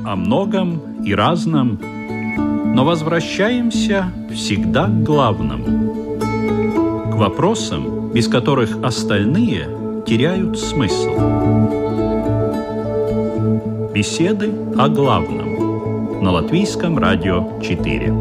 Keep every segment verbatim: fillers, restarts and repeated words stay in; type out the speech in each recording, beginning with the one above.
о многом и разном, но возвращаемся всегда к главному, к вопросам, без которых остальные теряют смысл. Беседы о главном на Латвийском радио четыре.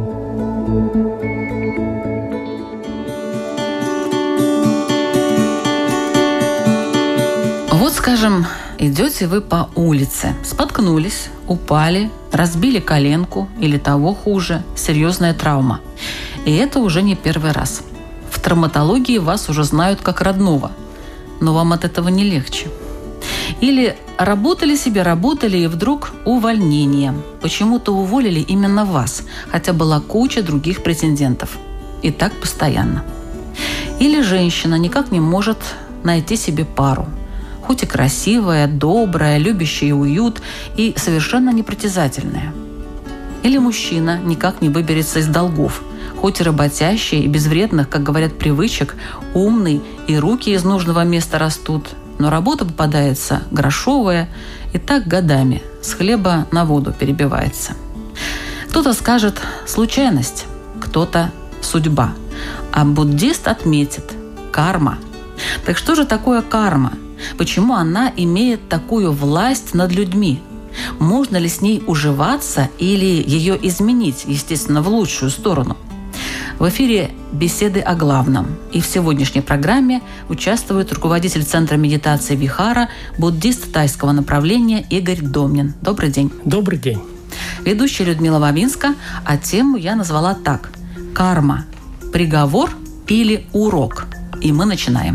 Вот, скажем, идете вы по улице, споткнулись, упали, разбили коленку или того хуже, серьезная травма. И это уже не первый раз. В травматологии вас уже знают как родного, но вам от этого не легче. Или работали себе, работали, и вдруг увольнение. Почему-то уволили именно вас, хотя была куча других претендентов. И так постоянно. Или женщина никак не может найти себе пару. Хоть и красивая, добрая, любящая уют и совершенно непритязательная. Или мужчина никак не выберется из долгов, хоть и работящий и без вредных, как говорят, привычек, умный, и руки из нужного места растут, но работа попадается грошовая, и так годами с хлеба на воду перебивается. Кто-то скажет «случайность», кто-то «судьба», а буддист отметит «карма». Так что же такое карма? Почему она имеет такую власть над людьми? Можно ли с ней уживаться или ее изменить, естественно, в лучшую сторону? В эфире «Беседы о главном». И в сегодняшней программе участвует руководитель Центра медитации Вихара, буддист тайского направления Игорь Домнин. Добрый день. Добрый день. Ведущая Людмила Вавинска, а тему я назвала так. Карма. Приговор или урок? И мы начинаем.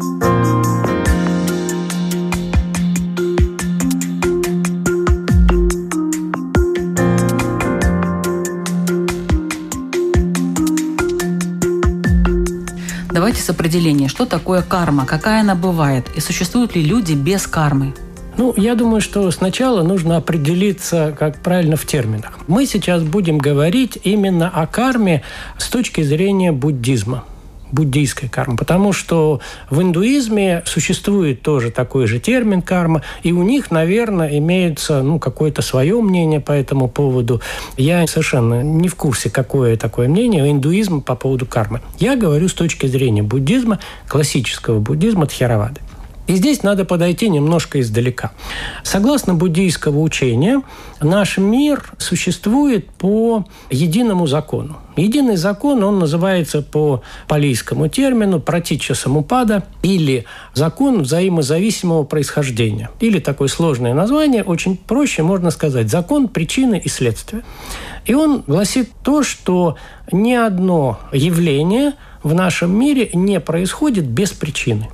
Давайте с определения, что такое карма, какая она бывает, и существуют ли люди без кармы? Ну, я думаю, что сначала нужно определиться, как правильно в терминах. Мы сейчас будем говорить именно о карме с точки зрения буддизма, буддийской кармы, потому что в индуизме существует тоже такой же термин карма, и у них, наверное, имеется ну, какое-то свое мнение по этому поводу. Я совершенно не в курсе, какое такое мнение у индуизма по поводу кармы. Я говорю с точки зрения буддизма, классического буддизма Тхеравады. И здесь надо подойти немножко издалека. Согласно буддийского учения, наш мир существует по единому закону. Единый закон, он называется по палийскому термину пратичча самупада или закон взаимозависимого происхождения. Или такое сложное название, очень проще можно сказать, закон причины и следствия. И он гласит то, что ни одно явление в нашем мире не происходит без причины.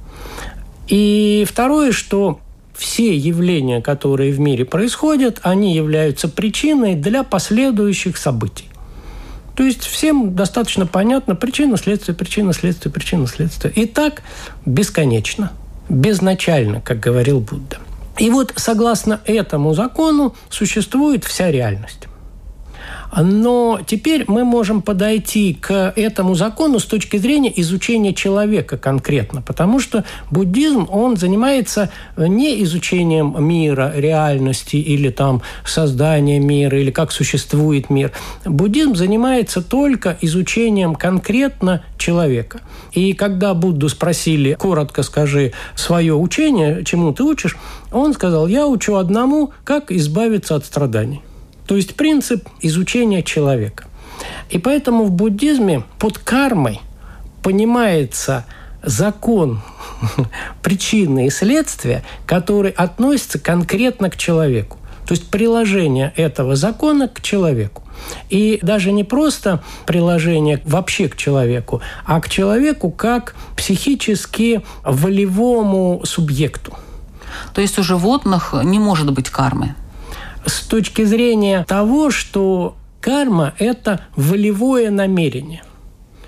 И второе, что все явления, которые в мире происходят, они являются причиной для последующих событий. То есть всем достаточно понятно причина, следствие, причина, следствие, причина, следствие. И так бесконечно, безначально, как говорил Будда. И вот согласно этому закону существует вся реальность. Но теперь мы можем подойти к этому закону с точки зрения изучения человека конкретно, потому что буддизм, он занимается не изучением мира, реальности или там создания мира, или как существует мир. Буддизм занимается только изучением конкретно человека. И когда Будду спросили, коротко скажи свое учение, чему ты учишь, он сказал, я учу одному, как избавиться от страданий. То есть принцип изучения человека. И поэтому в буддизме под кармой понимается закон причины и следствия, который относится конкретно к человеку. То есть приложение этого закона к человеку. И даже не просто приложение вообще к человеку, а к человеку как психически волевому субъекту. То есть у животных не может быть кармы? С точки зрения того, что карма – это волевое намерение.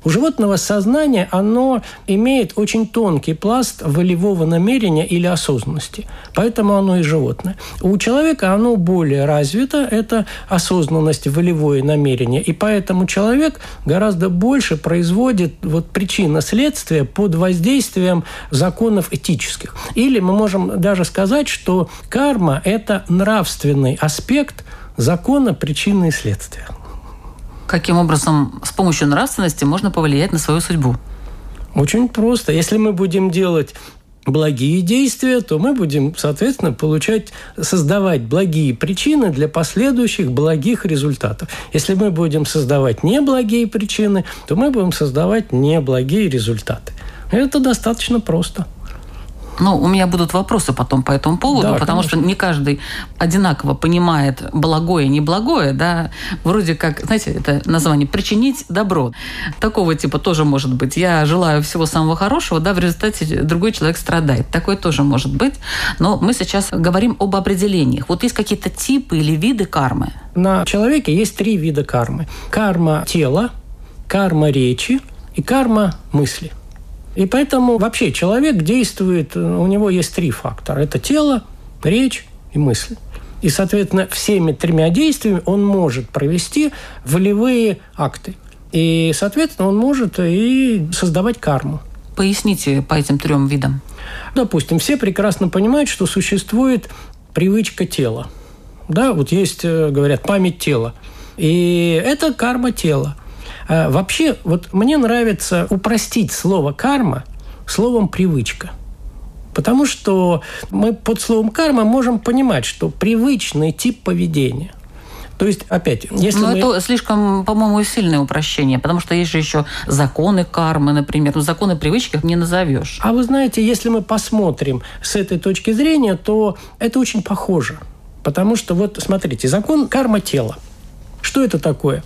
У животного сознание, оно имеет очень тонкий пласт волевого намерения или осознанности. Поэтому оно и животное. У человека оно более развито, это осознанность, волевое намерение. И поэтому человек гораздо больше производит вот причинно-следствие под воздействием законов этических. Или мы можем даже сказать, что карма – это нравственный аспект закона причины и следствия. Каким образом с помощью нравственности можно повлиять на свою судьбу? Очень просто. Если мы будем делать благие действия, то мы будем, соответственно, получать, создавать благие причины для последующих благих результатов. Если мы будем создавать неблагие причины, то мы будем создавать неблагие результаты. Это достаточно просто. Ну, у меня будут вопросы потом по этому поводу, да, потому конечно. что не каждый одинаково понимает благое и неблагое, да. Вроде как, знаете, это название «причинить добро». Такого типа тоже может быть. Я желаю всего самого хорошего, да, в результате другой человек страдает. Такое тоже может быть. Но мы сейчас говорим об определениях. Вот есть какие-то типы или виды кармы? На человеке есть три вида кармы. Карма тела, карма речи и карма мысли. И поэтому вообще человек действует, у него есть три фактора. Это тело, речь и мысль. И, соответственно, всеми тремя действиями он может провести волевые акты. И, соответственно, он может и создавать карму. Поясните по этим трем видам. Допустим, все прекрасно понимают, что существует привычка тела. Да, вот есть, говорят, память тела. И это карма тела. Вообще, вот мне нравится упростить слово «карма» словом «привычка». Потому что мы под словом «карма» можем понимать, что привычный тип поведения. То есть, опять, если Но мы... это слишком, по-моему, сильное упрощение, потому что есть же еще законы кармы, например. Ну, законы привычки не назовешь. А вы знаете, если мы посмотрим с этой точки зрения, то это очень похоже. Потому что, вот, смотрите, закон карма тела. Что это такое?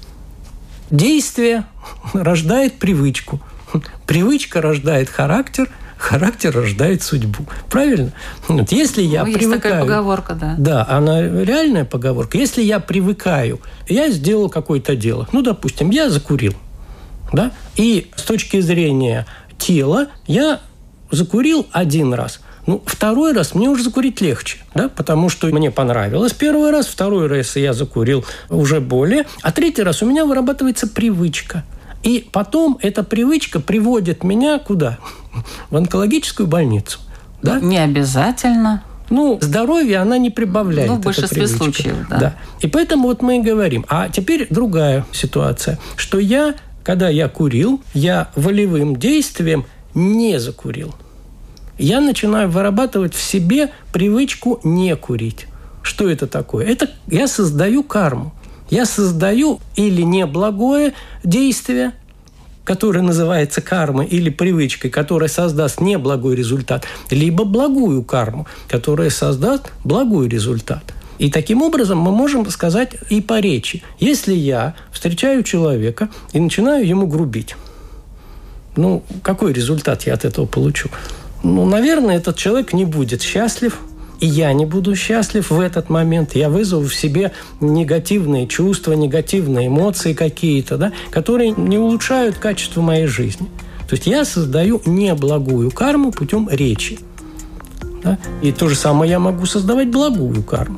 Действие рождает привычку. Привычка рождает характер, характер рождает судьбу. Правильно? Вот если я ну, привыкаю... Есть такая поговорка, да. Да, она реальная поговорка. Если я привыкаю, я сделал какое-то дело. Ну, допустим, я закурил. Да? И с точки зрения тела я закурил один раз. Ну, второй раз мне уже закурить легче, да, потому что мне понравилось первый раз, второй раз я закурил уже более, а третий раз у меня вырабатывается привычка. И потом эта привычка приводит меня куда? В онкологическую больницу. Да? Не обязательно. Ну, здоровье она не прибавляет. Ну, в большинстве случаев, да. да. И поэтому вот мы и говорим. А теперь другая ситуация, что я, когда я курил, я волевым действием не закурил. Я начинаю вырабатывать в себе привычку не курить. Что это такое? Это я создаю карму. Я создаю или неблагое действие, которое называется кармой, или привычкой, которая создаст неблагой результат, либо благую карму, которая создаст благой результат. И таким образом мы можем сказать и по речи. Если я встречаю человека и начинаю ему грубить, ну, какой результат я от этого получу? Ну, наверное, этот человек не будет счастлив, и я не буду счастлив в этот момент. Я вызову в себе негативные чувства, негативные эмоции какие-то, да, которые не улучшают качество моей жизни. То есть я создаю неблагую карму путем речи. Да? И то же самое я могу создавать благую карму.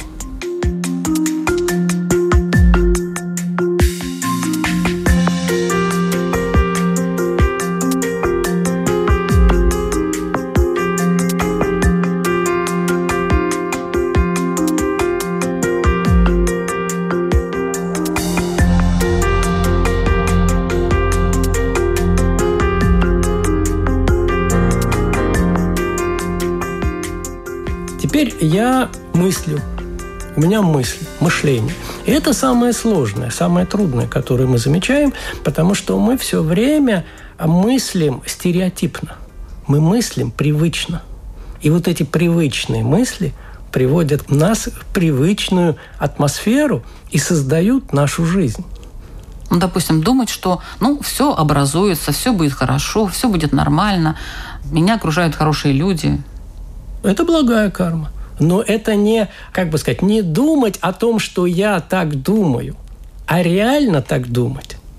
Теперь я мыслю. У меня мысль, мышление. И это самое сложное, самое трудное, которое мы замечаем, потому что мы все время мыслим стереотипно. Мы мыслим привычно. И вот эти привычные мысли приводят нас в привычную атмосферу и создают нашу жизнь. Ну, допустим, думать, что ну, все образуется, все будет хорошо, все будет нормально, меня окружают хорошие люди. Это благая карма. Но это не, как бы сказать, не думать о том, что я так думаю, а реально так думать.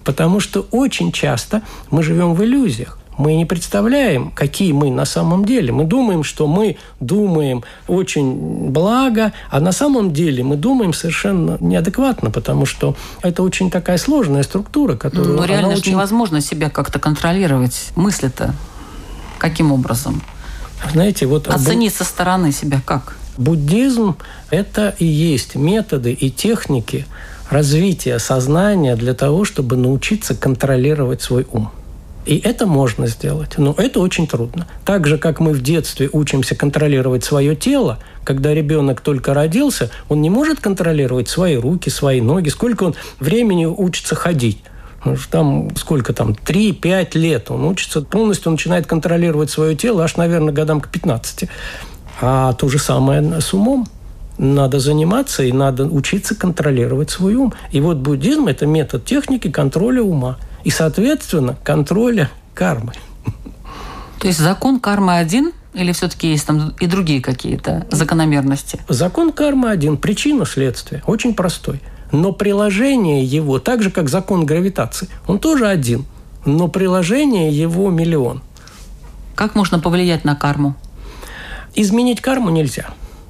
Потому что очень часто мы живем в иллюзиях. Мы не представляем, какие мы на самом деле. Мы думаем, что мы думаем очень благо, а на самом деле мы думаем совершенно неадекватно, потому что это очень такая сложная структура, которую... Но реально очень... невозможно себя как-то контролировать. Мысли-то каким образом? Знаете, вот... Оценить со стороны себя как? Буддизм – это и есть методы и техники развития сознания для того, чтобы научиться контролировать свой ум. И это можно сделать, но это очень трудно. Так же, как мы в детстве учимся контролировать свое тело, когда ребенок только родился, он не может контролировать свои руки, свои ноги, сколько он времени учится ходить. Там, сколько там, три-пять лет он учится, полностью начинает контролировать свое тело, аж, наверное, годам к пятнадцати. А то же самое с умом. Надо заниматься и надо учиться контролировать свой ум. И вот буддизм – это метод техники контроля ума. И, соответственно, контроля кармы. То есть закон кармы один или все-таки есть там и другие какие-то закономерности? Закон кармы один. Причина следствия. Очень простой. Но приложение его, так же, как закон гравитации, он тоже один. Но приложение его миллион. Как можно повлиять на карму? Изменить карму нельзя.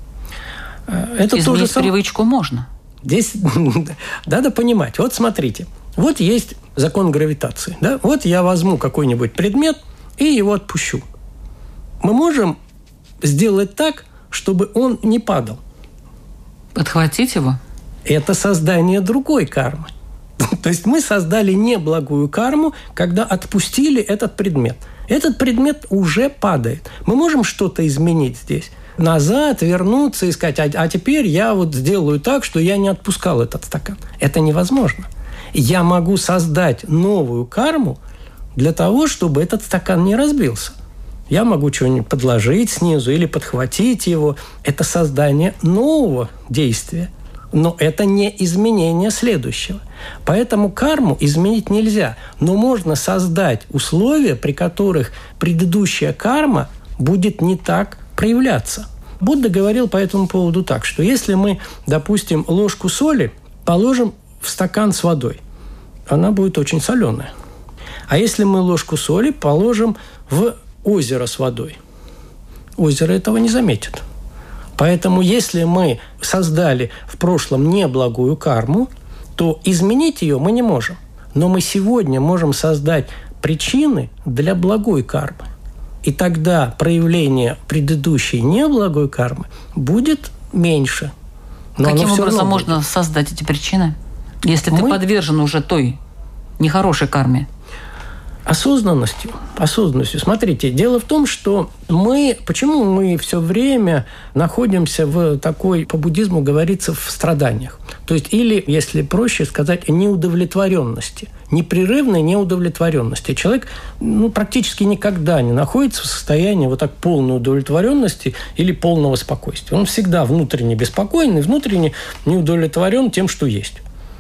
Это Изменить тоже сам... привычку можно. Здесь надо понимать. Вот смотрите. Вот есть закон гравитации. Да? Вот я возьму какой-нибудь предмет и его отпущу. Мы можем сделать так, чтобы он не падал. Подхватить его? Это создание другой кармы. То есть мы создали неблагую карму, когда отпустили этот предмет. Этот предмет уже падает. Мы можем что-то изменить здесь. Назад, вернуться и сказать, а, а теперь я вот сделаю так, что я не отпускал этот стакан. Это невозможно. Я могу создать новую карму для того, чтобы этот стакан не разбился. Я могу что-нибудь подложить снизу или подхватить его. Это создание нового действия. Но это не изменение следующего. Поэтому карму изменить нельзя. Но можно создать условия, при которых предыдущая карма будет не так проявляться. Будда говорил по этому поводу так, что если мы, допустим, ложку соли положим в стакан с водой, она будет очень соленая. А если мы ложку соли положим в озеро с водой, озеро этого не заметит. Поэтому если мы создали в прошлом неблагую карму, то изменить ее мы не можем. Но мы сегодня можем создать причины для благой кармы. И тогда проявление предыдущей неблагой кармы будет меньше. Но каким образом можно создать эти причины, если мы... ты подвержен уже той нехорошей карме? Осознанностью. Осознанностью. Смотрите, дело в том, что мы... Почему мы все время находимся в такой, по буддизму говорится, в страданиях? То есть, или, если проще сказать, неудовлетворенности. Непрерывной неудовлетворенности. Человек ну, практически никогда не находится в состоянии вот так полной удовлетворенности или полного спокойствия. Он всегда внутренне беспокоен и внутренне неудовлетворен тем, что есть.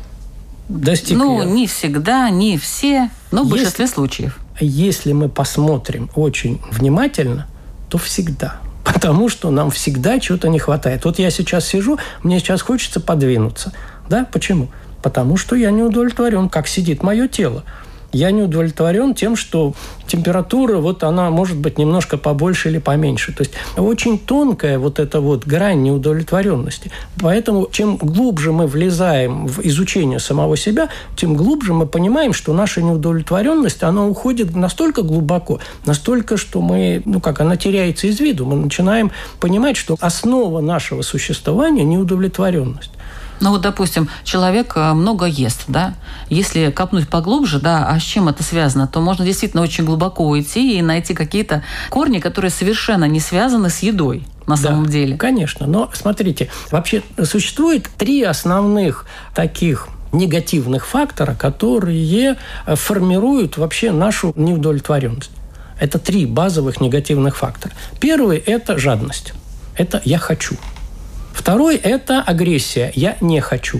Достиг ну, я. не всегда, не все, но в если, большинстве случаев. Если мы посмотрим очень внимательно, то всегда. Потому что нам всегда чего-то не хватает. Вот я сейчас сижу, мне сейчас хочется подвинуться. Да? Почему? Потому что я не удовлетворен, как сидит мое тело. Я не удовлетворен тем, что температура, вот она может быть немножко побольше или поменьше. То есть очень тонкая вот эта вот грань неудовлетворенности. Поэтому чем глубже мы влезаем в изучение самого себя, тем глубже мы понимаем, что наша неудовлетворенность, она уходит настолько глубоко, настолько, что мы, ну как, она теряется из виду. Мы начинаем понимать, что основа нашего существования – неудовлетворенность. Ну вот, допустим, человек много ест, да? Если копнуть поглубже, да, а с чем это связано, то можно действительно очень глубоко уйти и найти какие-то корни, которые совершенно не связаны с едой на да, самом деле. Конечно, но смотрите, вообще существует три основных таких негативных фактора, которые формируют вообще нашу неудовлетворенность. Это три базовых негативных фактора. Первый – это жадность. Это «я хочу». Второй – это агрессия. Я не хочу.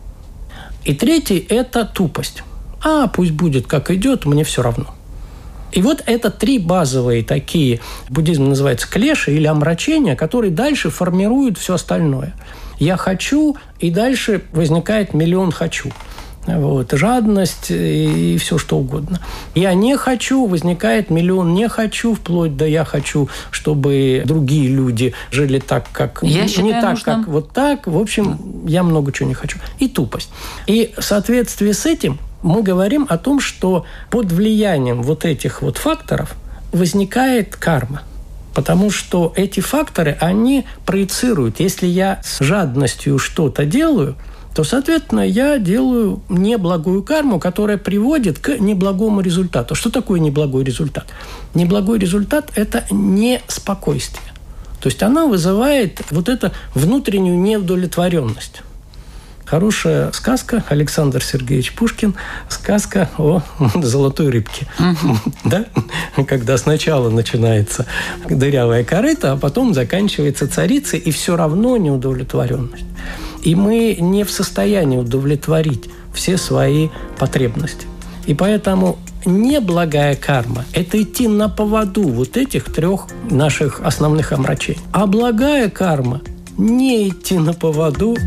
И третий – это тупость. А, пусть будет как идет, мне все равно. И вот это три базовые такие, в буддизме называется клеши или омрачения, которые дальше формируют все остальное. Я хочу, и дальше возникает миллион хочу. вот, жадность и, и все что угодно. Я не хочу, возникает миллион не хочу, вплоть до я хочу, чтобы другие люди жили так, как я не считаю, так, нужно... как вот так. В общем, я много чего не хочу. И тупость. И в соответствии с этим мы говорим о том, что под влиянием вот этих вот факторов возникает карма. Потому что эти факторы, они проецируют. Если я с жадностью что-то делаю, то, соответственно, я делаю неблагую карму, которая приводит к неблагому результату. Что такое неблагой результат? Неблагой результат – это неспокойствие. То есть она вызывает вот эту внутреннюю неудовлетворенность. Хорошая сказка, Александр Сергеевич Пушкин, сказка о золотой рыбке. Uh-huh. Да? Когда сначала начинается дырявая корыта, а потом заканчивается царицей, и все равно неудовлетворенность. И мы не в состоянии удовлетворить все свои потребности. И поэтому неблагая карма – это идти на поводу вот этих трех наших основных омрачений. А благая карма – не идти на поводу.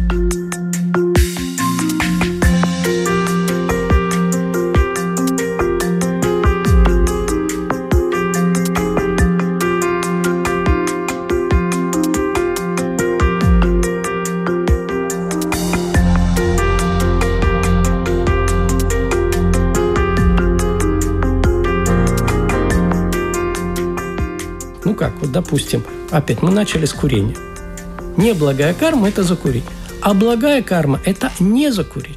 Ну как, вот допустим, опять мы начали с курения. Неблагая карма – это закурить. А благая карма – это не закурить.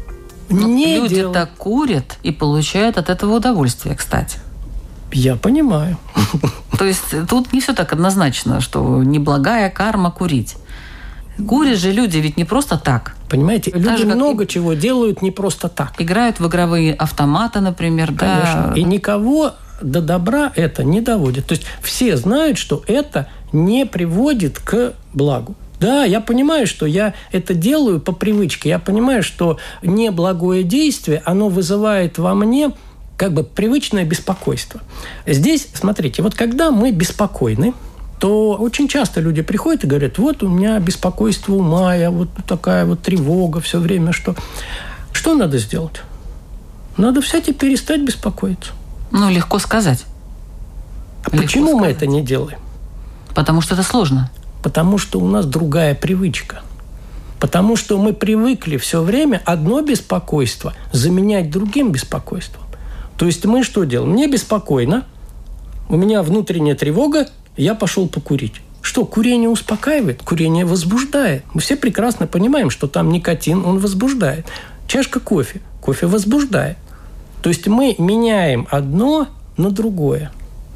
Не люди делать. так курят и получают от этого удовольствие, кстати. Я понимаю. То есть тут не все так однозначно, что неблагая карма курить. Курят же люди ведь не просто так. Понимаете, люди Даже много и... чего делают не просто так. Играют в игровые автоматы, например. Конечно. Да. И никого до добра это не доводит. То есть все знают, что это не приводит к благу. Да, я понимаю, что я это делаю по привычке. Я понимаю, что неблагое действие, оно вызывает во мне как бы привычное беспокойство. Здесь, смотрите, вот когда мы беспокойны, то очень часто люди приходят и говорят, вот у меня беспокойство ума, я вот такая вот тревога все время. Что, что надо сделать? Надо взять и перестать беспокоиться. Ну, легко сказать. А легко почему сказать. мы это не делаем? Потому что это сложно. Потому что у нас другая привычка. Потому что мы привыкли все время одно беспокойство заменять другим беспокойством. То есть мы что делаем? Мне беспокойно, у меня внутренняя тревога, я пошел покурить. Что, курение успокаивает? Курение возбуждает. Мы все прекрасно понимаем, что там никотин, он возбуждает. Чашка кофе. Кофе возбуждает. То есть мы меняем одно на другое.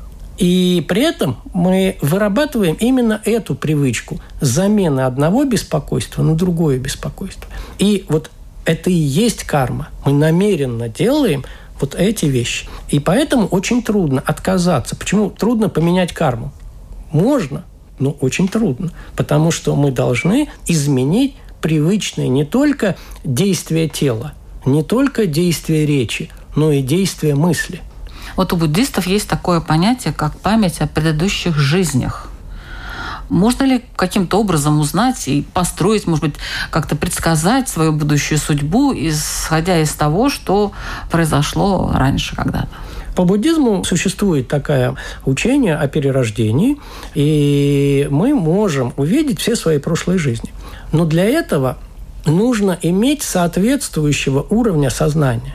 И при этом мы вырабатываем именно эту привычку замены одного беспокойства на другое беспокойство. И вот это и есть карма. Мы намеренно делаем вот эти вещи. И поэтому очень трудно отказаться. Почему трудно поменять карму? Можно, но очень трудно. Потому что мы должны изменить привычные не только действия тела, не только действия речи, но и действия мысли. Вот у буддистов есть такое понятие, как память о предыдущих жизнях. Можно ли каким-то образом узнать и построить, может быть, как-то предсказать свою будущую судьбу, исходя из того, что произошло раньше когда-то? По буддизму существует такое учение о перерождении, и мы можем увидеть все свои прошлые жизни. Но для этого нужно иметь соответствующего уровня сознания.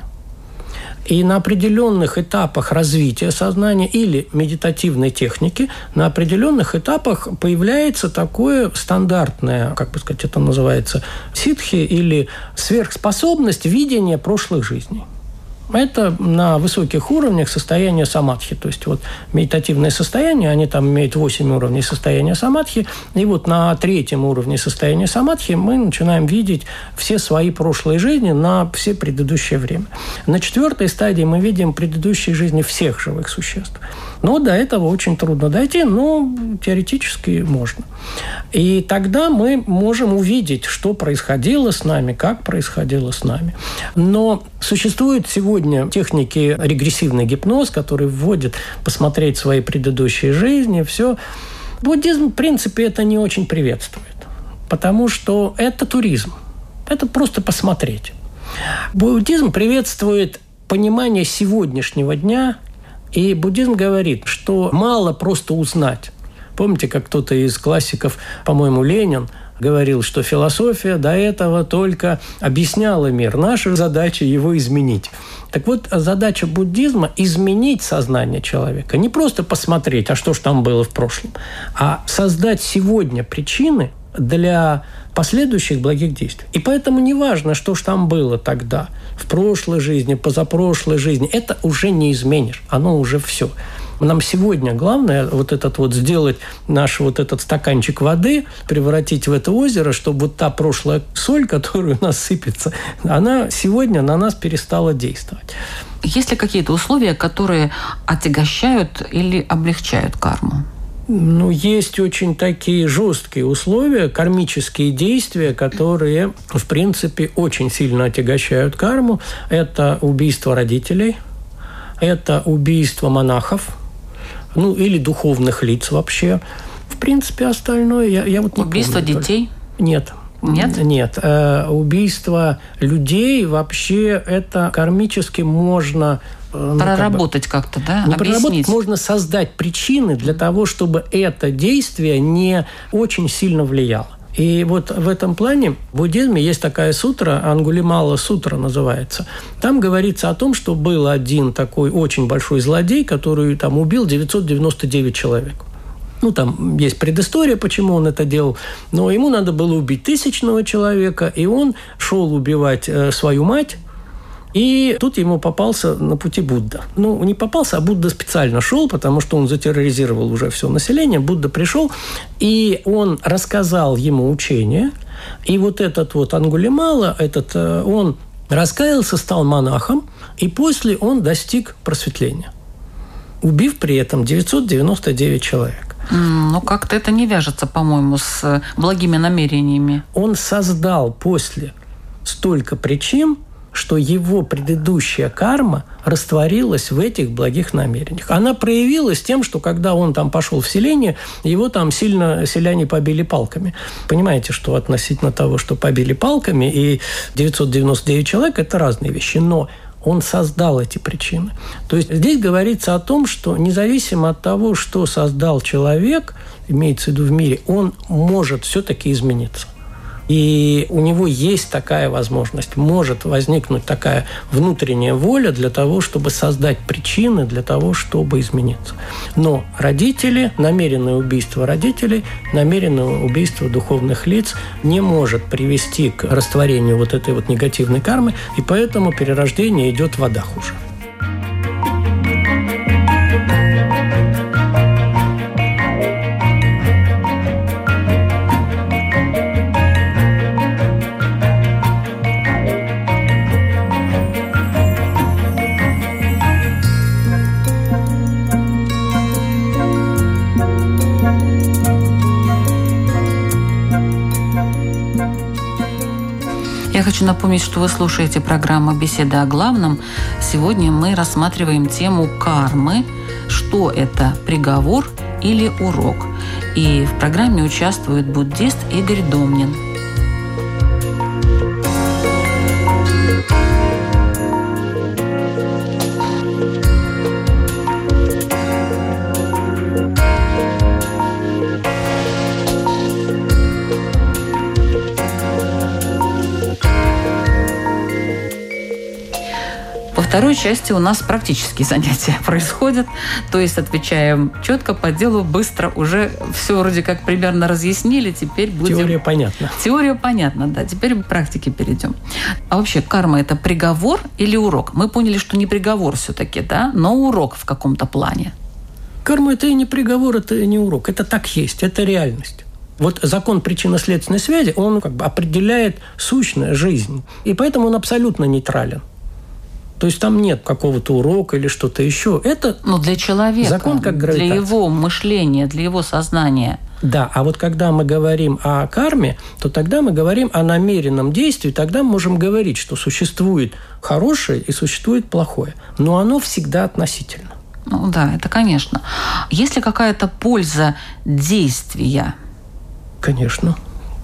И на определенных этапах развития сознания или медитативной техники, на определенных этапах появляется такое стандартное, как бы сказать, это называется ситхи или сверхспособность видения прошлых жизней. Это на высоких уровнях состояние самадхи. То есть вот медитативное состояние, они там имеют восемь уровней состояния самадхи. И вот на третьем уровне состояния самадхи мы начинаем видеть все свои прошлые жизни на все предыдущее время. На четвертой стадии мы видим предыдущие жизни всех живых существ. Но до этого очень трудно дойти, но теоретически можно. И тогда мы можем увидеть, что происходило с нами, как происходило с нами. Но существует сегодня техники регрессивный гипноз, который вводит посмотреть свои предыдущие жизни, все. Буддизм, в принципе, это не очень приветствует, потому что это туризм. Это просто посмотреть. Буддизм приветствует понимание сегодняшнего дня, и буддизм говорит, что мало просто узнать. Помните, как кто-то из классиков, по-моему, Ленин, говорил, что философия до этого только объясняла мир. Наша задача его изменить. Так вот, задача буддизма – изменить сознание человека. Не просто посмотреть, а что ж там было в прошлом, а создать сегодня причины для последующих благих действий. И поэтому не важно, что ж там было тогда, в прошлой жизни, позапрошлой жизни. Это уже не изменишь. Оно уже все. Нам сегодня главное вот этот вот сделать наш вот этот стаканчик воды, превратить в это озеро, чтобы вот та прошлая соль, которая у нас сыпется, она сегодня на нас перестала действовать. Есть ли какие-то условия, которые отягощают или облегчают карму? Ну, есть очень такие жесткие условия, кармические действия, которые, в принципе, очень сильно отягощают карму. Это убийство родителей, это убийство монахов, ну, или духовных лиц вообще. В принципе, остальное я, я вот не Убийство помню, детей? Нет. Нет? Нет. Э, убийство людей вообще это кармически можно... Ну, проработать как, бы, как-то, да? Не Объяснить. Проработать, можно создать причины для того, чтобы это действие не очень сильно влияло. И вот в этом плане в буддизме есть такая сутра, Ангулимала сутра называется. Там говорится о том, что был один такой очень большой злодей, который там убил девятьсот девяносто девять человек. Ну, там есть предыстория, почему он это делал. Но ему надо было убить тысячного человека, и он шел убивать э, свою мать. И тут ему попался на пути Будда. Ну, не попался, а Будда специально шел, потому что он затерроризировал уже все население. Будда пришел, и он рассказал ему учение. И вот этот вот Ангулимала, этот, он раскаялся, стал монахом, и после он достиг просветления, убив при этом девятьсот девяносто девять человек. Ну, как-то это не вяжется, по-моему, с благими намерениями. Он создал после столько причин, что его предыдущая карма растворилась в этих благих намерениях. Она проявилась тем, что когда он там пошел в селение, его там сильно селяне побили палками. Понимаете, что относительно того, что побили палками, и девятьсот девяносто девять человек – это разные вещи. Но он создал эти причины. То есть здесь говорится о том, что независимо от того, что создал человек, имеется в виду в мире, он может все-таки измениться. И у него есть такая возможность, может возникнуть такая внутренняя воля для того, чтобы создать причины для того, чтобы измениться. Но родители, намеренное убийство родителей, намеренное убийство духовных лиц не может привести к растворению вот этой вот негативной кармы, и поэтому перерождение идет в адах уже. Я хочу напомнить, что вы слушаете программу «Беседа о главном». Сегодня мы рассматриваем тему кармы. Что это, приговор или урок? И в программе участвует буддист Игорь Домнин. Во второй части у нас практические занятия происходят, то есть отвечаем четко, по делу, быстро, уже все вроде как примерно разъяснили, теперь будем... Теория понятна. Теория понятна, да, теперь к практике перейдем. А вообще, карма – это приговор или урок? Мы поняли, что не приговор все-таки, да, но урок в каком-то плане. Карма – это и не приговор, это и не урок, это так есть, это реальность. Вот закон причинно-следственной связи, он как бы определяет сущность жизни, и поэтому он абсолютно нейтрален. То есть там нет какого-то урока или что-то еще. Это Но для человека, закон как гравитация. Для его мышления, для его сознания. Да, а вот когда мы говорим о карме, то тогда мы говорим о намеренном действии, тогда мы можем говорить, что существует хорошее и существует плохое. Но оно всегда относительно. Ну да, это конечно. Есть ли какая-то польза действия? Конечно.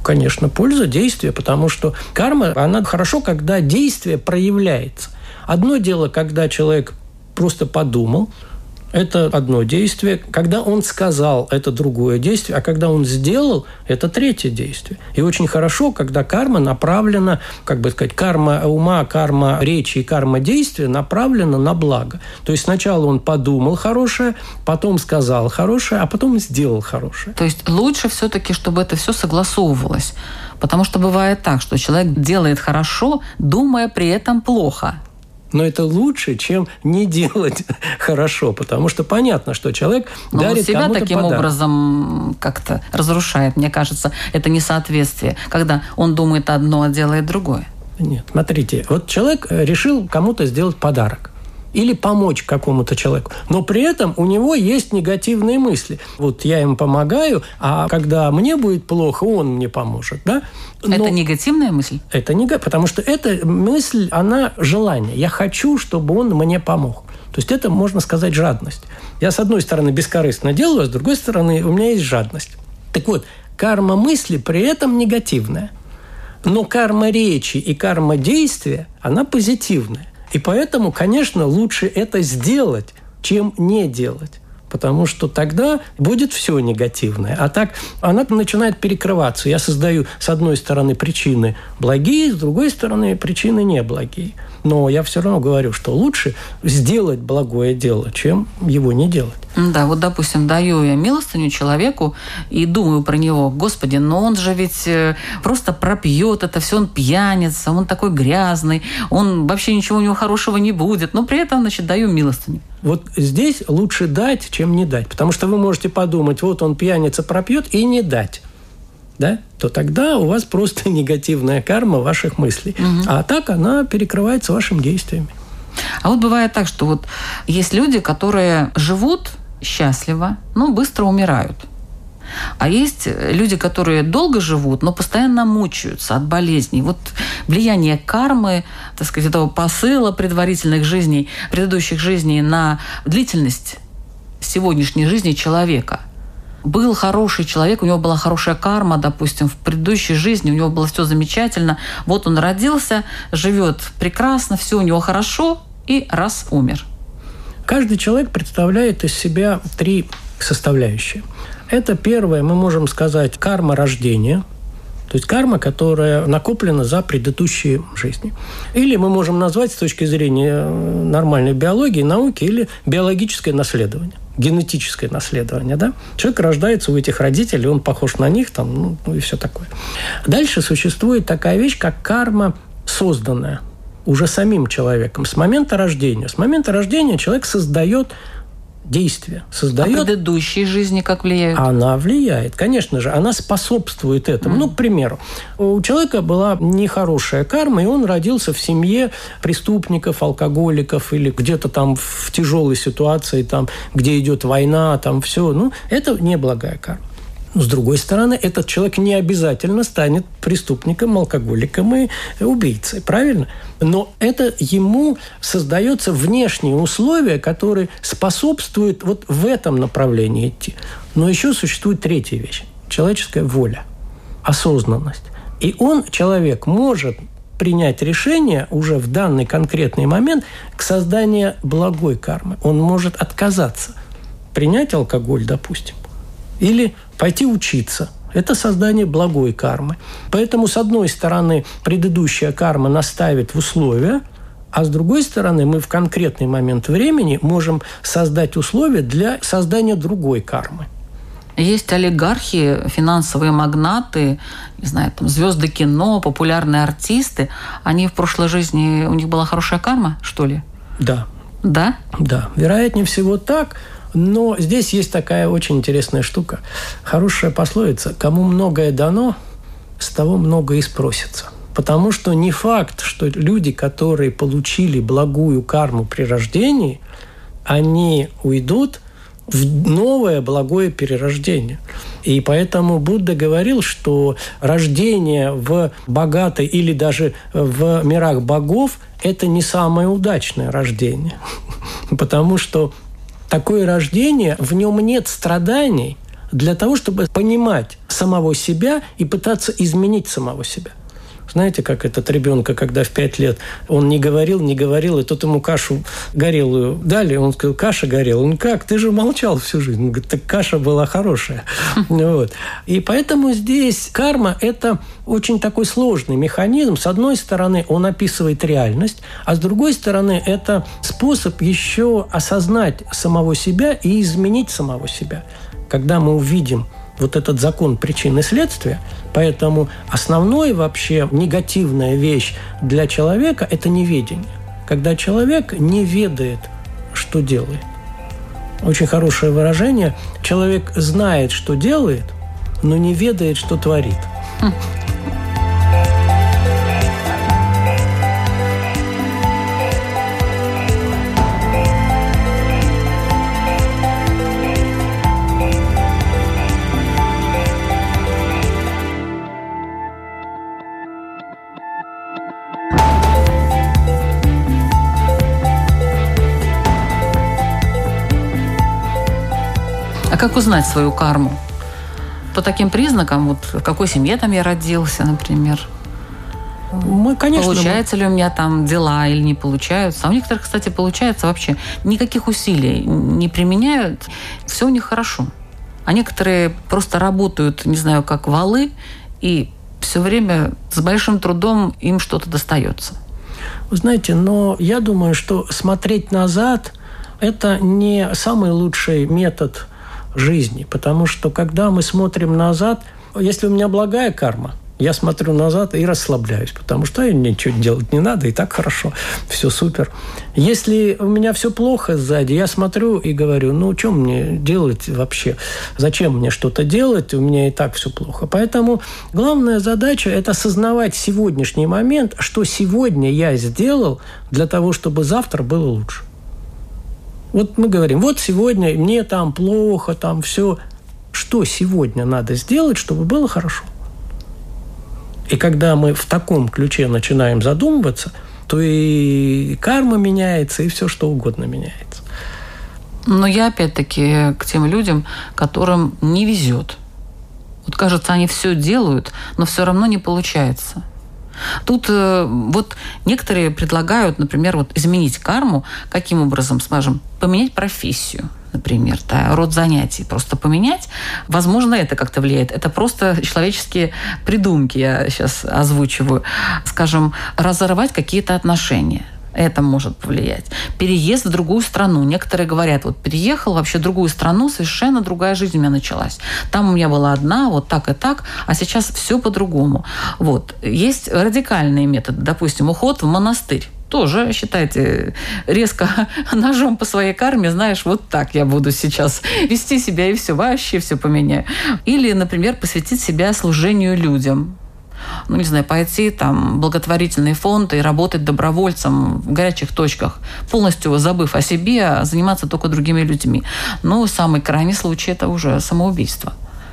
конечно, польза действия, потому что карма, она хорошо, когда действие проявляется. Одно дело, когда человек просто подумал, это одно действие. Когда он сказал, это другое действие. А когда он сделал, это третье действие. И очень хорошо, когда карма направлена, как бы сказать, карма ума, карма речи и карма действия направлена на благо. То есть сначала он подумал хорошее, потом сказал хорошее, а потом сделал хорошее. То есть лучше все-таки, чтобы это все согласовывалось. Потому что бывает так, что человек делает хорошо, думая при этом плохо. Но это лучше, чем не делать хорошо, потому что понятно, что человек Но дарит себя кому-то таким подарок. Образом как-то разрушает. Мне кажется, это несоответствие, когда он думает одно, а делает другое. Нет, смотрите, вот человек решил кому-то сделать подарок или помочь какому-то человеку, но при этом у него есть негативные мысли. Вот я ему помогаю, а когда мне будет плохо, он мне поможет, да? Но это негативная мысль? Это не, потому что эта мысль, она желание. Я хочу, чтобы он мне помог. То есть это, можно сказать, жадность. Я, с одной стороны, бескорыстно делаю, а с другой стороны, у меня есть жадность. Так вот, карма мысли при этом негативная. Но карма речи и карма действия, она позитивная. И поэтому, конечно, лучше это сделать, чем не делать. Потому что тогда будет все негативное. А так она начинает перекрываться. Я создаю, с одной стороны, причины благие, с другой стороны, причины неблагие. Но я все равно говорю, что лучше сделать благое дело, чем его не делать. Да, вот, допустим, даю я милостыню человеку и думаю про него: Господи, но он же ведь просто пропьет это все, он пьяница, он такой грязный, он вообще ничего у него хорошего не будет, но при этом, значит, даю милостыню. Вот здесь лучше дать, чем не дать. Потому что вы можете подумать, вот он пьяница пропьет, и не дать. Да? То тогда у вас просто негативная карма ваших мыслей. Угу. А так она перекрывается вашими действиями. А вот бывает так, что вот есть люди, которые живут счастливо, но быстро умирают. А есть люди, которые долго живут, но постоянно мучаются от болезней. Вот влияние кармы, так сказать, этого посыла предварительных жизней, предыдущих жизней на длительность сегодняшней жизни человека. Был хороший человек, у него была хорошая карма, допустим, в предыдущей жизни у него было все замечательно. Вот он родился, живет прекрасно, все у него хорошо, и раз умер. Каждый человек представляет из себя три составляющие. Это первое, мы можем сказать, карма рождения, то есть карма, которая накоплена за предыдущие жизни. Или мы можем назвать с точки зрения нормальной биологии, науки, или биологическое наследование, генетическое наследование. Да? Человек рождается у этих родителей, он похож на них, там, ну и все такое. Дальше существует такая вещь, как карма созданная уже самим человеком с момента рождения. С момента рождения человек создает действие, создает... А предыдущие жизни как влияют? Она влияет, конечно же, она способствует этому. Mm. Ну, к примеру, у человека была нехорошая карма, и он родился в семье преступников, алкоголиков или где-то там в тяжелой ситуации, там, где идет война, там все. Ну, это неблагая карма. Но, с другой стороны, этот человек не обязательно станет преступником, алкоголиком и убийцей, правильно? Но это ему создаются внешние условия, которые способствуют вот в этом направлении идти. Но еще существует третья вещь – человеческая воля, осознанность. И он, человек, может принять решение уже в данный конкретный момент к созданию благой кармы. Он может отказаться, принять алкоголь, допустим, или пойти учиться. Это создание благой кармы. Поэтому, с одной стороны, предыдущая карма наставит в условия, а с другой стороны, мы в конкретный момент времени можем создать условия для создания другой кармы. Есть олигархи, финансовые магнаты, не знаю, там, звезды кино, популярные артисты. Они в прошлой жизни, у них была хорошая карма, что ли? Да. Да? Да. Вероятнее всего так. Но здесь есть такая очень интересная штука. Хорошая пословица: кому многое дано, с того многое и спросится. Потому что не факт, что люди, которые получили благую карму при рождении, они уйдут в новое благое перерождение. И поэтому Будда говорил, что рождение в богатой или даже в мирах богов – это не самое удачное рождение. Потому что такое рождение, в нем нет страданий, для того, чтобы понимать самого себя и пытаться изменить самого себя. Знаете, как этот ребенка, когда в пять лет он не говорил, не говорил, и тут ему кашу горелую дали, он сказал, каша горела. Он, как? Ты же молчал всю жизнь. Он говорит, так каша была хорошая. Вот. И поэтому здесь карма – это очень такой сложный механизм. С одной стороны, он описывает реальность, а с другой стороны, это способ еще осознать самого себя и изменить самого себя. Когда мы увидим вот этот закон причин и следствия, поэтому основная вообще негативная вещь для человека – это неведение. Когда человек не ведает, что делает. Очень хорошее выражение. Человек знает, что делает, но не ведает, что творит. А как узнать свою карму? По таким признакам, вот в какой семье там я родился, например. Мы, конечно, получается мы... ли у меня там дела или не получаются. А у некоторых, кстати, получается вообще. Никаких усилий не применяют. Все у них хорошо. А некоторые просто работают, не знаю, как валы, и все время с большим трудом им что-то достается. Вы знаете, но я думаю, что смотреть назад – это не самый лучший метод жизни, потому что когда мы смотрим назад, если у меня благая карма, я смотрю назад и расслабляюсь, потому что ничего делать не надо, и так хорошо, все супер. Если у меня все плохо сзади, я смотрю и говорю, ну, что мне делать вообще? Зачем мне что-то делать? У меня и так все плохо. Поэтому главная задача – это осознавать сегодняшний момент, что сегодня я сделал для того, чтобы завтра было лучше. Вот мы говорим, вот сегодня мне там плохо, там все. Что сегодня надо сделать, чтобы было хорошо? И когда мы в таком ключе начинаем задумываться, то и карма меняется, и все что угодно меняется. Но я опять-таки к тем людям, которым не везет. Вот кажется, они все делают, но все равно не получается. Тут э, вот некоторые предлагают, например, вот изменить карму. Каким образом, скажем, поменять профессию, например, да, род занятий. Просто поменять. Возможно, это как-то влияет. Это просто человеческие придумки, я сейчас озвучиваю. Скажем, разорвать какие-то отношения. Это может повлиять. Переезд в другую страну. Некоторые говорят, вот переехал вообще в другую страну, совершенно другая жизнь у меня началась. Там у меня была одна, вот так и так, а сейчас все по-другому. Вот. Есть радикальные методы. Допустим, уход в монастырь. Тоже, считайте, резко ножом по своей карме, знаешь, вот так я буду сейчас вести себя, и все, вообще все поменяю. Или, например, посвятить себя служению людям. Ну, не знаю, пойти там в благотворительный фонд и работать добровольцем в горячих точках, полностью забыв о себе, заниматься только другими людьми. Но самый крайний случай – это уже самоубийство.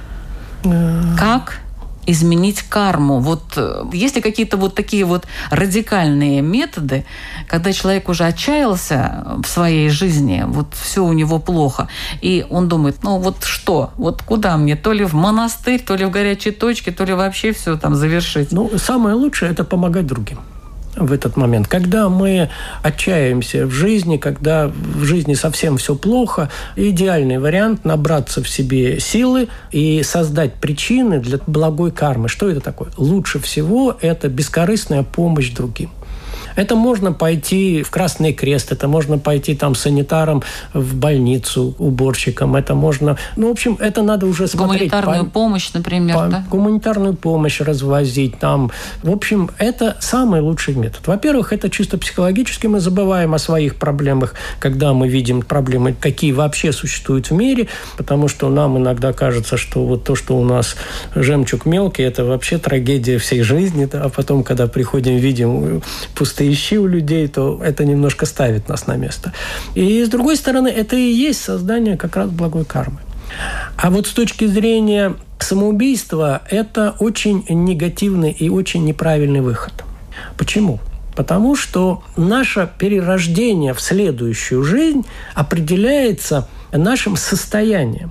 Как изменить карму? Вот есть ли какие-то вот такие вот радикальные методы, когда человек уже отчаялся в своей жизни, вот все у него плохо, и он думает, ну вот что, вот куда мне, то ли в монастырь, то ли в горячие точки, то ли вообще все там завершить? Ну, самое лучшее – это помогать другим в этот момент. Когда мы отчаиваемся в жизни, когда в жизни совсем все плохо, идеальный вариант – набраться в себе силы и создать причины для благой кармы. Что это такое? Лучше всего это бескорыстная помощь другим. Это можно пойти в Красный Крест, это можно пойти там санитаром в больницу, уборщиком, это можно... Ну, в общем, это надо уже смотреть. Гуманитарную по, помощь, например, по, да? Гуманитарную помощь развозить там. В общем, это самый лучший метод. Во-первых, это чисто психологически мы забываем о своих проблемах, когда мы видим проблемы, какие вообще существуют в мире, потому что нам иногда кажется, что вот то, что у нас жемчуг мелкий, это вообще трагедия всей жизни, да? А потом, когда приходим, видим пустые ищи у людей, то это немножко ставит нас на место. И, с другой стороны, это и есть создание как раз благой кармы. А вот с точки зрения самоубийства, это очень негативный и очень неправильный выход. Почему? Потому что наше перерождение в следующую жизнь определяется нашим состоянием.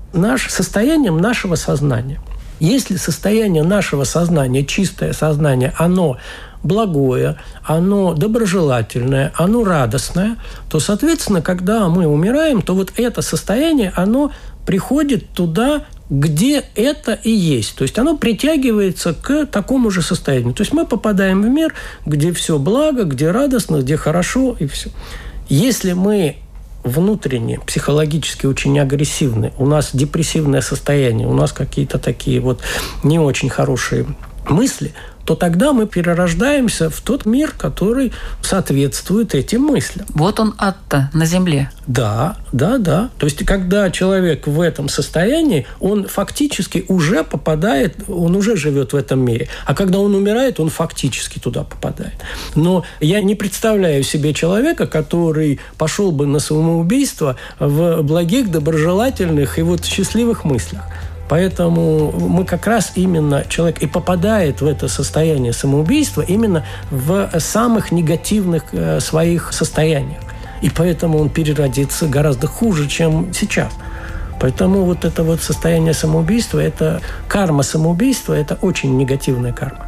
наш, состоянием нашего сознания. Если состояние нашего сознания, чистое сознание, оно благое, оно доброжелательное, оно радостное, то, соответственно, когда мы умираем, то вот это состояние, оно приходит туда, где это и есть. То есть оно притягивается к такому же состоянию. То есть мы попадаем в мир, где все благо, где радостно, где хорошо и все. Если мы внутренне, психологически очень агрессивны, у нас депрессивное состояние, у нас какие-то такие вот не очень хорошие мысли, то тогда мы перерождаемся в тот мир, который соответствует этим мыслям. Вот он ад-то на земле. Да, да, да. То есть, когда человек в этом состоянии, он фактически уже попадает, он уже живет в этом мире. А когда он умирает, он фактически туда попадает. Но я не представляю себе человека, который пошел бы на самоубийство в благих, доброжелательных и вот счастливых мыслях. Поэтому мы как раз именно, человек и попадает в это состояние самоубийства именно в самых негативных э, своих состояниях. И поэтому он переродится гораздо хуже, чем сейчас. Поэтому вот это вот состояние самоубийства, это карма самоубийства, это очень негативная карма.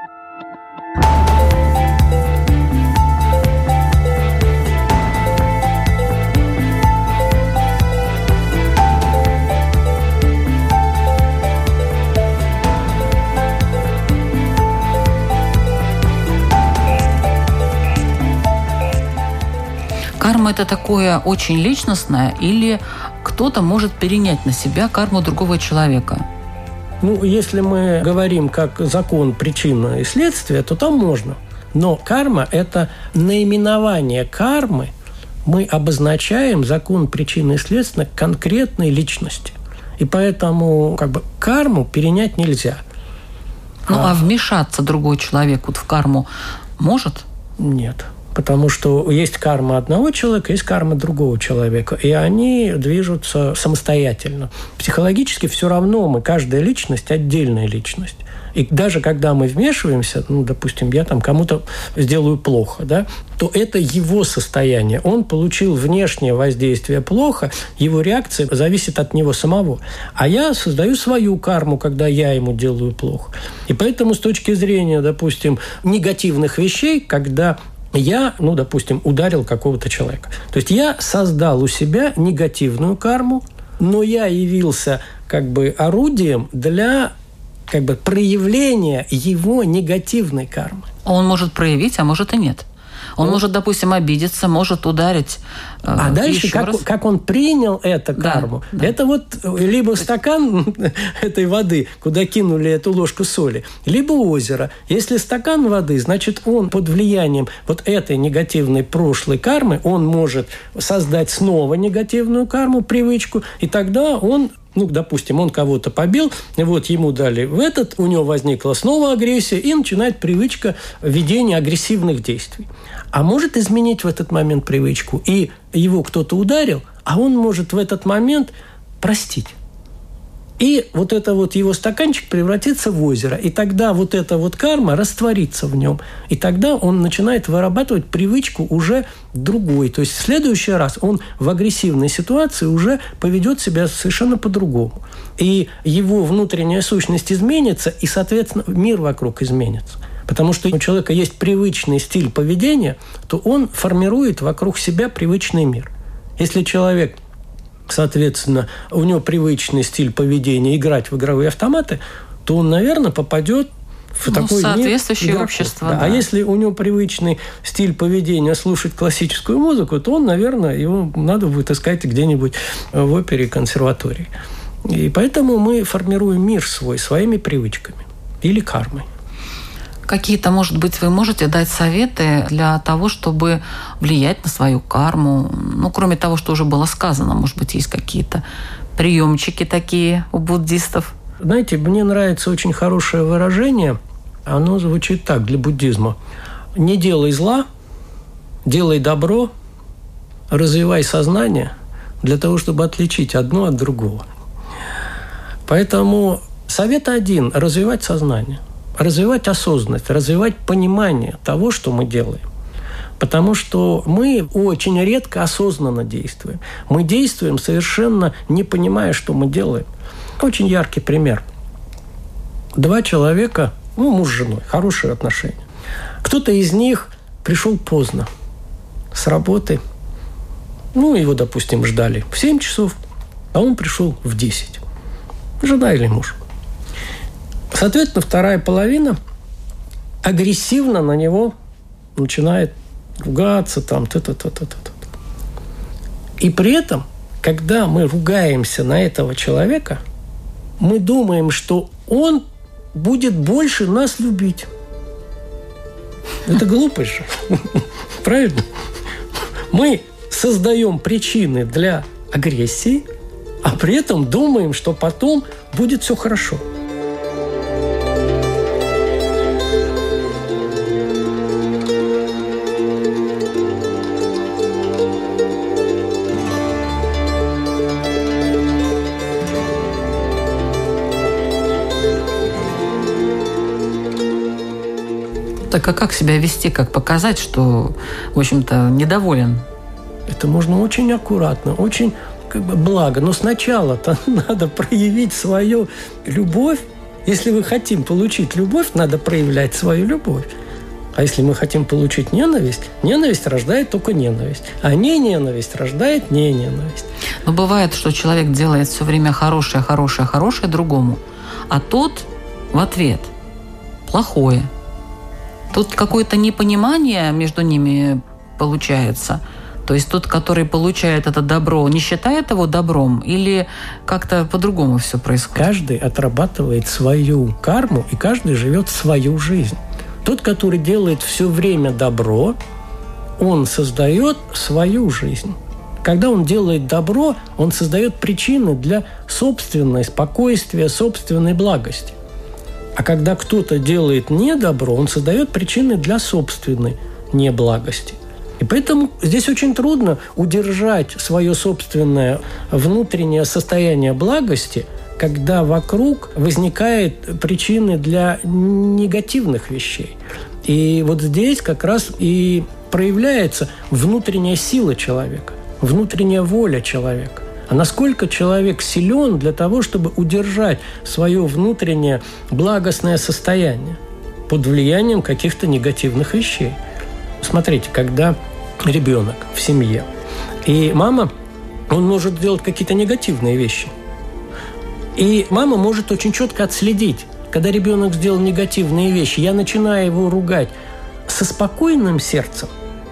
Карма – это такое очень личностное, или кто-то может перенять на себя карму другого человека? Ну, если мы говорим как закон причины и следствия, то там можно. Но карма – это наименование кармы. Мы обозначаем закон причины и следствия конкретной личности. И поэтому как бы карму перенять нельзя. Ну, а, а вмешаться другой человек вот в карму может? Нет. Потому что есть карма одного человека, есть карма другого человека. И они движутся самостоятельно. Психологически все равно мы, каждая личность – отдельная личность. И даже когда мы вмешиваемся, ну, допустим, я там кому-то сделаю плохо, да, то это его состояние. Он получил внешнее воздействие плохо, его реакция зависит от него самого. А я создаю свою карму, когда я ему делаю плохо. И поэтому с точки зрения, допустим, негативных вещей, когда я, ну, допустим, ударил какого-то человека. То есть я создал у себя негативную карму, но я явился как бы орудием для как бы проявления его негативной кармы. Он может проявить, а может и нет. Он ну, может, допустим, обидеться, может ударить. Э, а дальше, как, как он принял эту карму, да, да. Это вот либо стакан этой воды, куда кинули эту ложку соли, либо озеро. Если стакан воды, значит, он под влиянием вот этой негативной прошлой кармы, он может создать снова негативную карму, привычку, и тогда он... Ну, допустим, он кого-то побил, вот ему дали в этот, у него возникла снова агрессия, и начинает привычка ведения агрессивных действий. А может изменить в этот момент привычку, и его кто-то ударил, а он может в этот момент простить. И вот это вот его стаканчик превратится в озеро. И тогда вот эта вот карма растворится в нем. И тогда он начинает вырабатывать привычку уже другой. То есть в следующий раз он в агрессивной ситуации уже поведет себя совершенно по-другому. И его внутренняя сущность изменится, и, соответственно, мир вокруг изменится. Потому что у человека есть привычный стиль поведения, то он формирует вокруг себя привычный мир. Если человек... Соответственно, у него привычный стиль поведения играть в игровые автоматы, то он, наверное, попадет в ну, такой соответствующее мир общество. Да. Да. А если у него привычный стиль поведения слушать классическую музыку, то он, наверное, его надо будет искать где-нибудь в опере, консерватории. И поэтому мы формируем мир свой своими привычками или кармой. Какие-то, может быть, вы можете дать советы для того, чтобы влиять на свою карму? Ну, кроме того, что уже было сказано, может быть, есть какие-то приемчики такие у буддистов? Знаете, мне нравится очень хорошее выражение. Оно звучит так для буддизма. Не делай зла, делай добро, развивай сознание для того, чтобы отличить одно от другого. Поэтому совет один – развивать сознание. Развивать осознанность, развивать понимание того, что мы делаем. Потому что мы очень редко осознанно действуем. Мы действуем совершенно не понимая, что мы делаем. Очень яркий пример. Два человека, ну, муж с женой, хорошие отношения. Кто-то из них пришел поздно с работы. Ну, его, допустим, ждали в семь часов, а он пришел в десять. Жена или муж. Соответственно, вторая половина агрессивно на него начинает ругаться, там, та-та-та-та-та. И при этом, когда мы ругаемся на этого человека, мы думаем, что он будет больше нас любить. Это глупость же. Правильно? Мы создаем причины для агрессии, а при этом думаем, что потом будет все хорошо. Так а как себя вести, как показать, что, в общем-то, недоволен? Это можно очень аккуратно, очень как бы благо. Но сначала-то надо проявить свою любовь. Если мы хотим получить любовь, надо проявлять свою любовь. А если мы хотим получить ненависть, ненависть рождает только ненависть. А не ненависть рождает не ненависть. Но бывает, что человек делает все время хорошее, хорошее, хорошее другому, а тот в ответ плохое. Тут какое-то непонимание между ними получается. То есть тот, который получает это добро, не считает его добром или как-то по-другому все происходит? Каждый отрабатывает свою карму, и каждый живет свою жизнь. Тот, который делает все время добро, он создает свою жизнь. Когда он делает добро, он создает причины для собственной спокойствия, собственной благости. А когда кто-то делает недобро, он создает причины для собственной неблагости. И поэтому здесь очень трудно удержать свое собственное внутреннее состояние благости, когда вокруг возникают причины для негативных вещей. И вот здесь как раз и проявляется внутренняя сила человека, внутренняя воля человека. А насколько человек силен для того, чтобы удержать свое внутреннее благостное состояние под влиянием каких-то негативных вещей. Смотрите, когда ребенок в семье, и мама, он может делать какие-то негативные вещи. И мама может очень четко отследить, когда ребенок сделал негативные вещи, я начинаю его ругать со спокойным сердцем,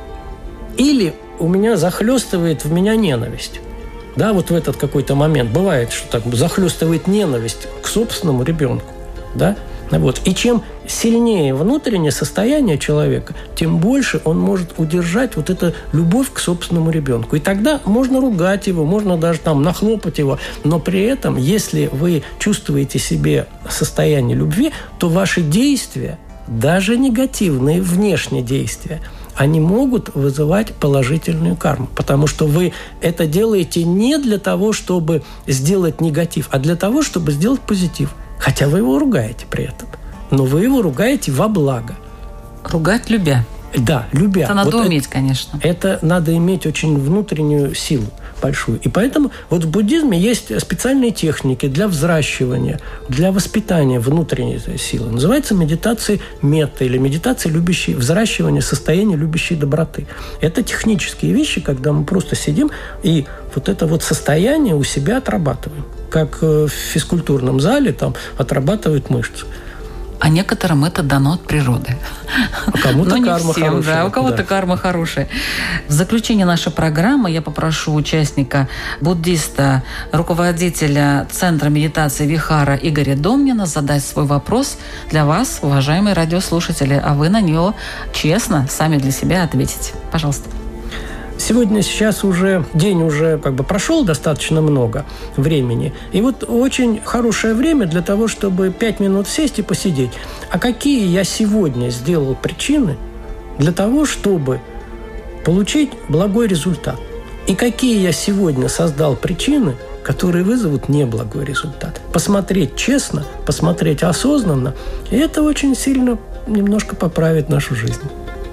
или у меня захлестывает в меня ненависть. Да, вот в этот какой-то момент бывает, что так захлестывает ненависть к собственному ребенку. Да? Вот. И чем сильнее внутреннее состояние человека, тем больше он может удержать вот эту любовь к собственному ребенку. И тогда можно ругать его, можно даже там нахлопать его, но при этом, если вы чувствуете в себе состояние любви, то ваши действия, даже негативные внешние действия, они могут вызывать положительную карму, потому что вы это делаете не для того, чтобы сделать негатив, а для того, чтобы сделать позитив. Хотя вы его ругаете при этом. Но вы его ругаете во благо. Ругать любя. Да, любя. Это надо вот уметь, это, конечно. Это надо иметь очень внутреннюю силу большую. И поэтому вот в буддизме есть специальные техники для взращивания, для воспитания внутренней силы. Называется медитация метта или медитация любящей, взращивания состояния любящей доброты. Это технические вещи, когда мы просто сидим и вот это вот состояние у себя отрабатываем. Как в физкультурном зале там отрабатывают мышцы. А некоторым это дано от природы. А кому-то Но карма не всем, хорошая. Да, у кого-то да. карма хорошая. В заключение нашей программы я попрошу участника, буддиста, руководителя Центра медитации Вихара Игоря Домнина задать свой вопрос для вас, уважаемые радиослушатели, а вы на него честно сами для себя ответите. Пожалуйста. Сегодня, сейчас уже день уже как бы прошел достаточно много времени. И вот очень хорошее время для того, чтобы пять минут сесть и посидеть. А какие я сегодня сделал причины для того, чтобы получить благой результат? И какие я сегодня создал причины, которые вызовут неблагой результат? Посмотреть честно, посмотреть осознанно. И это очень сильно немножко поправит нашу жизнь.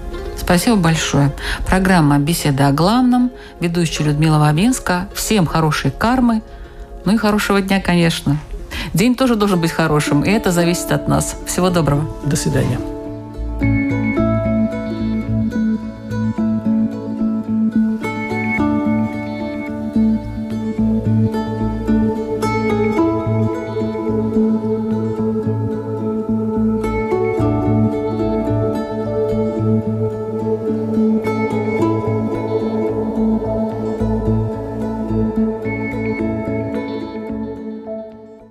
Спасибо большое. Программа «Беседа о главном». Ведущая Людмила Вавинска. Всем хорошей кармы. Ну и хорошего дня, конечно. День тоже должен быть хорошим, и это зависит от нас. Всего доброго. До свидания.